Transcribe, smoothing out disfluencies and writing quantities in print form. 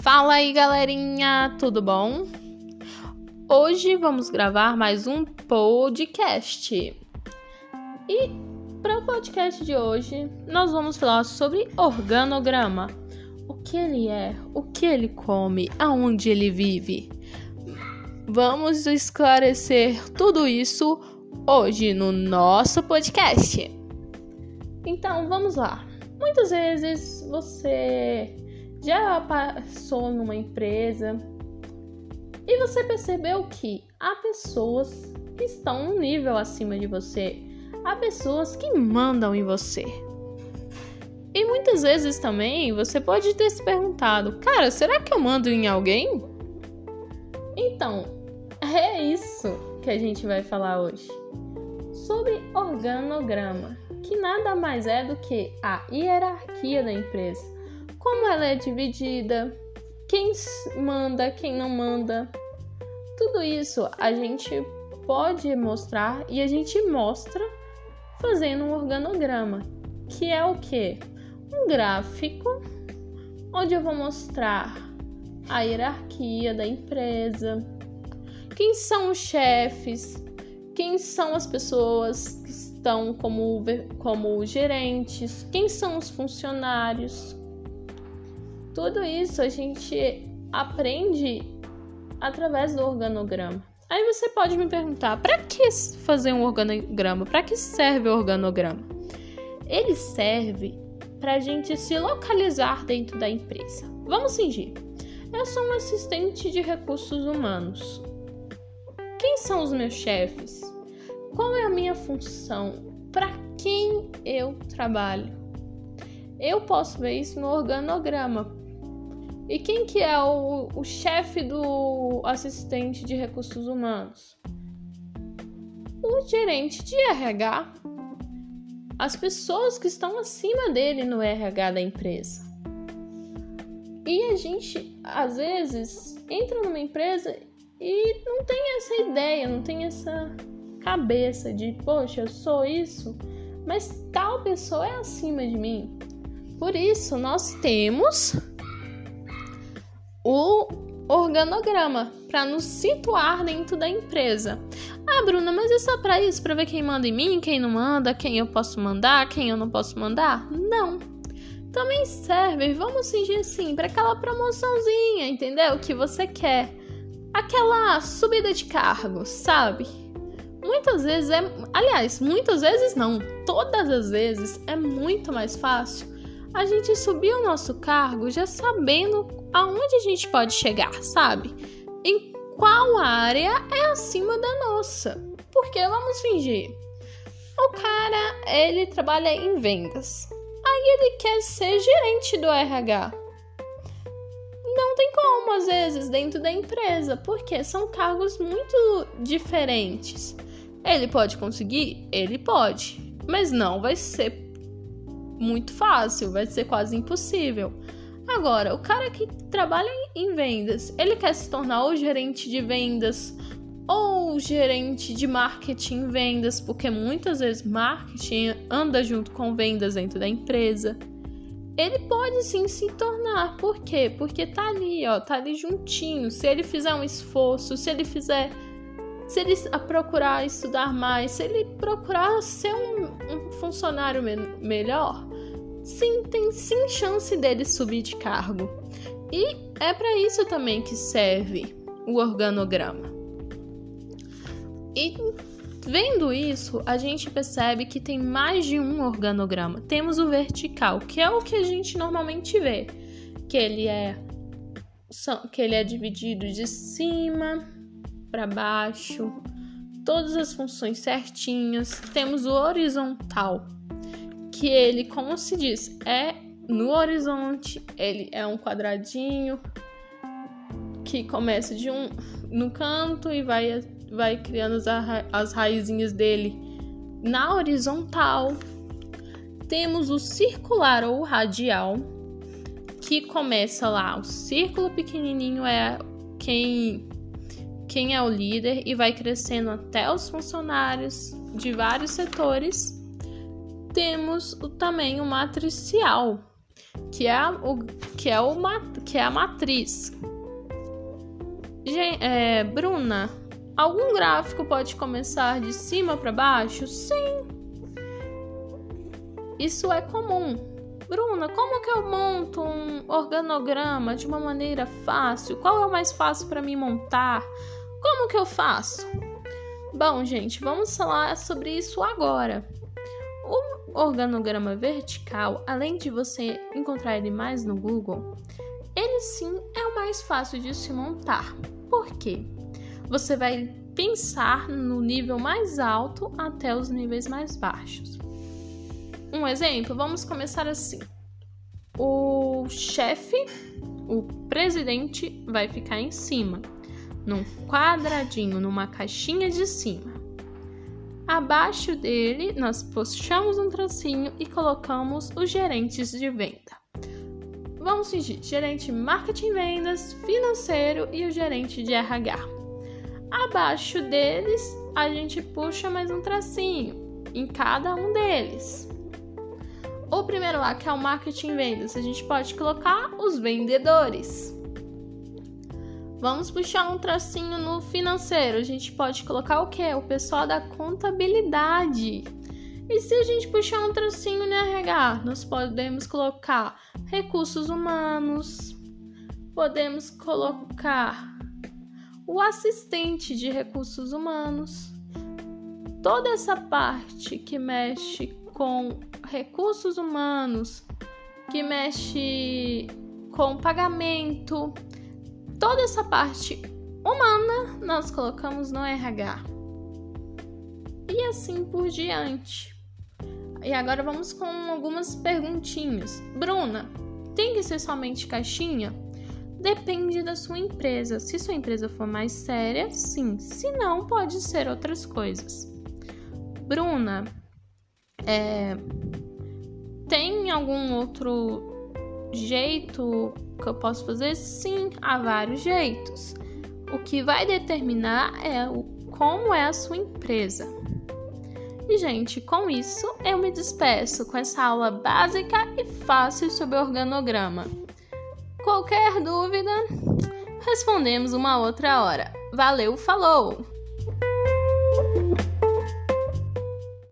Fala aí, galerinha, tudo bom? Hoje vamos gravar mais um podcast. E para o podcast de hoje, nós vamos falar sobre organograma. O que ele é, o que ele come, aonde ele vive. Vamos esclarecer tudo isso hoje no nosso podcast. Então, vamos lá. Muitas vezes você já passou numa empresa e você percebeu que há pessoas que estão um nível acima de você, há pessoas que mandam em você. E muitas vezes também você pode ter se perguntado, cara, será que eu mando em alguém? Então, é isso que a gente vai falar hoje, sobre organograma, que nada mais é do que a hierarquia da empresa. Como ela é dividida, quem manda, quem não manda. Tudo isso a gente pode mostrar e a gente mostra fazendo um organograma, que é o quê? Um gráfico onde eu vou mostrar a hierarquia da empresa, quem são os chefes, quem são as pessoas que estão como gerentes, quem são os funcionários. Tudo isso a gente aprende através do organograma. Aí você pode me perguntar, para que fazer um organograma? Para que serve o organograma? Ele serve para a gente se localizar dentro da empresa. Vamos fingir. Eu sou um assistente de recursos humanos. Quem são os meus chefes? Qual é a minha função? Para quem eu trabalho? Eu posso ver isso no organograma. E quem que é o chefe do assistente de recursos humanos? O gerente de RH. As pessoas que estão acima dele no RH da empresa. E a gente, às vezes, entra numa empresa e não tem essa ideia, não tem essa cabeça de, poxa, eu sou isso, mas tal pessoa é acima de mim. Por isso, nós temos o organograma para nos situar dentro da empresa. Ah, Bruna, mas é só para isso? Para ver quem manda em mim, quem não manda, quem eu posso mandar, quem eu não posso mandar? Não. Também serve, vamos fingir assim, para aquela promoçãozinha, entendeu? Que você quer. Aquela subida de cargo, sabe? Muitas vezes muitas vezes não. Todas as vezes é muito mais fácil a gente subir o nosso cargo já sabendo aonde a gente pode chegar, sabe? Em qual área é acima da nossa. Porque vamos fingir. O cara, ele trabalha em vendas. Aí ele quer ser gerente do RH. Não tem como, às vezes, dentro da empresa. Porque são cargos muito diferentes. Ele pode conseguir? Ele pode. Mas não vai ser muito fácil, vai ser quase impossível. Agora, o cara que trabalha em vendas, ele quer se tornar ou gerente de vendas ou gerente de marketing em vendas, porque muitas vezes marketing anda junto com vendas dentro da empresa. Ele pode sim se tornar. Por quê? Porque tá ali juntinho. Se ele fizer um esforço, se ele procurar estudar mais, se ele procurar ser um funcionário melhor, sim, tem sim chance dele subir de cargo. E é para isso também que serve o organograma. E vendo isso, a gente percebe que tem mais de um organograma. Temos o vertical, que é o que a gente normalmente vê, que ele é dividido de cima para baixo, todas as funções certinhas. Temos o horizontal, que ele, como se diz, é no horizonte, ele é um quadradinho que começa no canto e vai criando as raizinhas dele na horizontal. Temos o circular ou radial, que começa lá, o círculo pequenininho é quem é o líder e vai crescendo até os funcionários de vários setores. Temos também o matricial, que é a matriz. Bruna, algum gráfico pode começar de cima para baixo? Sim. Isso é comum. Bruna, como que eu monto um organograma de uma maneira fácil? Qual é o mais fácil para mim montar? Como que eu faço? Bom, gente, vamos falar sobre isso agora. O organograma vertical, além de você encontrar ele mais no Google, ele sim é o mais fácil de se montar. Por quê? Você vai pensar no nível mais alto até os níveis mais baixos. Um exemplo, vamos começar assim. O chefe, o presidente, vai ficar em cima, num quadradinho, numa caixinha de cima. Abaixo dele, nós puxamos um tracinho e colocamos os gerentes de venda. Vamos fingir, gerente de marketing e vendas, financeiro e o gerente de RH. Abaixo deles, a gente puxa mais um tracinho em cada um deles. O primeiro lá, que é o marketing e vendas, a gente pode colocar os vendedores. Vamos puxar um tracinho no financeiro, a gente pode colocar o quê? O pessoal da contabilidade. E se a gente puxar um tracinho no RH, nós podemos colocar recursos humanos, podemos colocar o assistente de recursos humanos. Toda essa parte que mexe com recursos humanos, que mexe com pagamento, toda essa parte humana nós colocamos no RH. E assim por diante. E agora vamos com algumas perguntinhas. Bruna, tem que ser somente caixinha? Depende da sua empresa. Se sua empresa for mais séria, sim. Se não, pode ser outras coisas. Bruna, tem algum outro jeito que eu posso fazer? Sim, há vários jeitos. O que vai determinar é como é a sua empresa. E, gente, com isso eu me despeço com essa aula básica e fácil sobre organograma. Qualquer dúvida, respondemos uma outra hora. Valeu, falou!